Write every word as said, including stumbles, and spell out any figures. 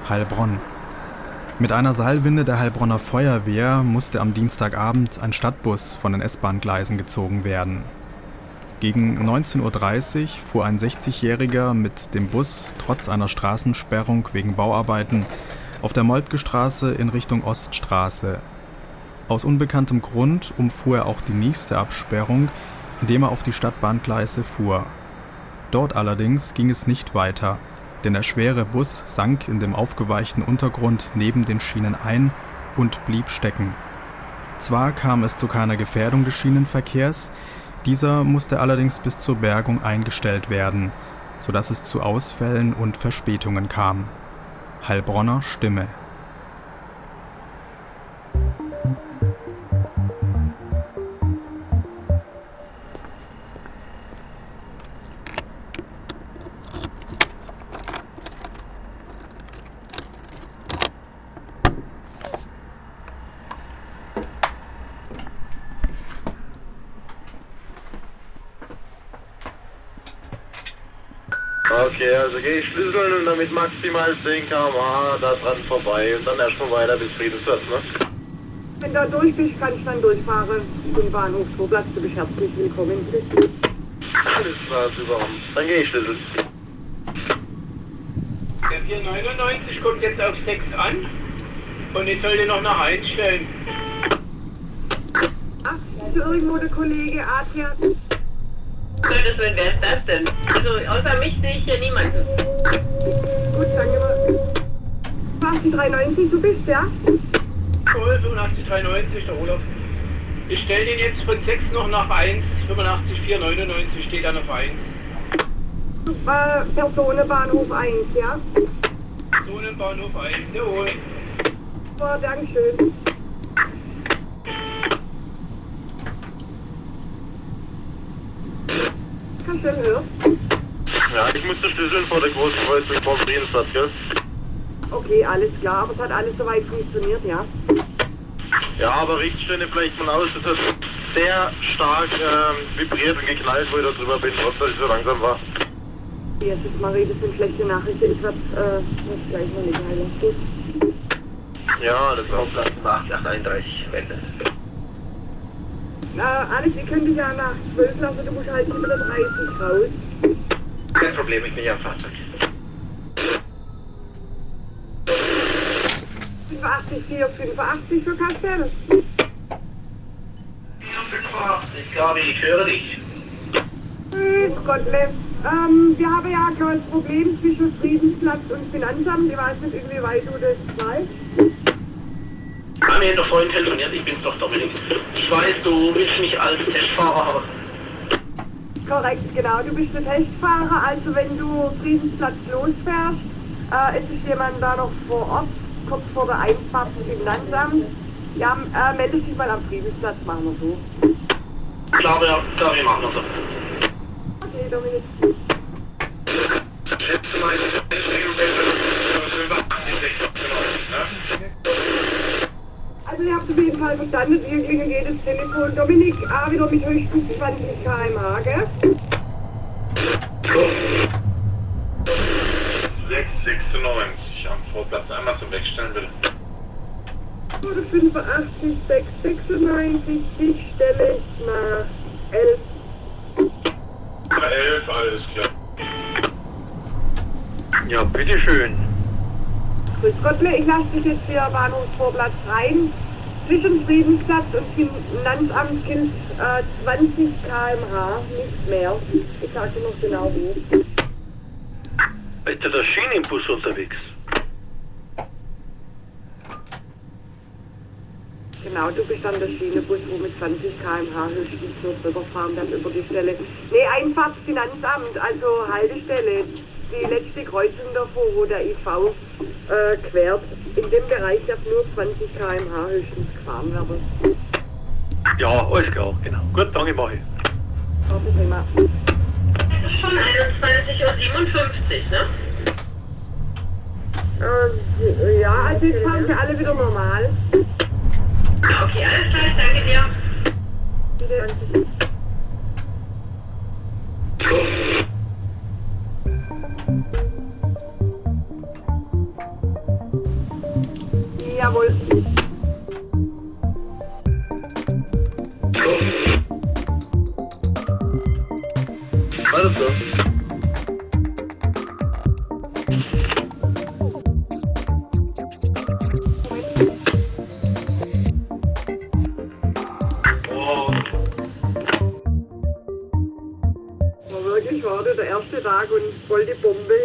Heilbronn. Mit einer Seilwinde der Heilbronner Feuerwehr musste am Dienstagabend ein Stadtbus von den S-Bahn-Gleisen gezogen werden. Gegen neunzehn Uhr dreißig fuhr ein sechzigjähriger mit dem Bus trotz einer Straßensperrung wegen Bauarbeiten auf der Moltke-Straße in Richtung Oststraße. Aus unbekanntem Grund umfuhr er auch die nächste Absperrung, indem er auf die Stadtbahngleise fuhr. Dort allerdings ging es nicht weiter, denn der schwere Bus sank in dem aufgeweichten Untergrund neben den Schienen ein und blieb stecken. Zwar kam es zu keiner Gefährdung des Schienenverkehrs, dieser musste allerdings bis zur Bergung eingestellt werden, sodass es zu Ausfällen und Verspätungen kam. Heilbronner Stimme. Okay, also gehe ich schlüsseln und dann mit maximal zehn Kilometer pro Stunde da dran vorbei und dann erstmal weiter bis Friedensplatz, ne? Wenn du durch bist, kann ich dann durchfahren zum Bahnhof Vorplatz. Du bist herzlich willkommen. Alles klar, super. Dann gehe ich schlüsseln. Der vier neunundneunzig kommt jetzt auf sechs an und ich soll den noch nach eins stellen. Ach, ist irgendwo der Kollege Adrian? Gottes Willen, wer ist das denn? Also außer mich sehe ich hier niemanden. Gut, danke mal. achtzig drei neunzig, du bist, ja? Cool, fünfundachtzig drei neunzig, der Olaf. Ich stelle den jetzt von sechs noch nach eins, fünfundachtzig vier neunundneunzig steht dann auf eins. Äh, Personenbahnhof eins, ja? Personenbahnhof eins, jawohl. Oh, Dankeschön. Kannst du denn hören? Ja, ich musste schlüsseln vor der großen Kreuzung vor Friedensplatz, gell? Okay, alles klar, aber es hat alles soweit funktioniert, ja? Ja, aber Richtstände vielleicht mal aus, das hat sehr stark ähm, vibriert und geknallt, wo ich da drüber bin, trotz dass ich so langsam war. Jetzt ist Marie, das sind schlechte Nachrichten, ich werde äh, gleich mal nicht heilen. Gut. Ja, das ist auch Platz acht acht einunddreißig, Wende. Äh, Alex, ich könnte dich ja nach zwölf lassen, du musst halt sieben Uhr dreißig raus. Kein Problem, ich bin ja am Fahrzeug. fünfundachtzig vier fünfundachtzig für Kastell. fünfundachtzig, Gabi, ich höre dich. Grüß Gottle. Ähm, wir haben ja ein kleines Problem zwischen Friedensplatz und Finanzamt. Ich weiß nicht, inwieweit du das weißt. Wir haben ja doch vorhin telefoniert, ich bin's doch Dominik. Ich weiß, du willst mich als Testfahrer haben. Korrekt, genau. Du bist der Testfahrer, also wenn du Friedensplatz losfährst, äh, es ist jemand da noch vor Ort, kurz vor der Einfahrt zum Finanzamt. Ja, äh, melde dich mal am Friedensplatz, machen wir so. Klar, ja, klar, wir machen wir so. Okay, Dominik. Letzte Mal ist es Also ihr habt auf jeden Fall verstanden, hier klingelt jedes Telefon. Dominik, A wieder mit höchstens zwanzig Kilometer pro Stunde, gell? sechs sechsundneunzig am Vorplatz einmal zum Wegstellen, bitte. Oder fünfundachtzig sechs sechsundneunzig, dich stelle ich nach elf. elf, alles klar. Ja, bitteschön. Grüß Gottle, ich lasse dich jetzt hier Bahnhofsvorplatz rein. Zwischen Friedensplatz und Finanzamt gilt äh, zwanzig Kilometer pro Stunde, nicht mehr. Ich sage dir noch genau wo. Ist der Schienenbus unterwegs? Genau, du bist dann der Schienenbus, wo mit zwanzig Kilometer pro Stunde höchstens nur drüber fahren, dann über die Stelle. Nee, Einfahrtsfinanzamt, also Haltestelle. Die letzte Kreuzung davor, wo der I V äh, quert. In dem Bereich darf nur zwanzig Kilometer pro Stunde höchstens gefahren werden. Ja, alles klar, genau. Gut, danke, mach ich. Warte, prima. Das ist schon einundzwanzig Uhr siebenundfünfzig, ne? Äh, ja, also jetzt fahren sie alle wieder normal. Okay, alles klar, ich danke dir. Bitte. Jawohl. Alles klar. War wirklich, war der erste Tag und voll die Bombe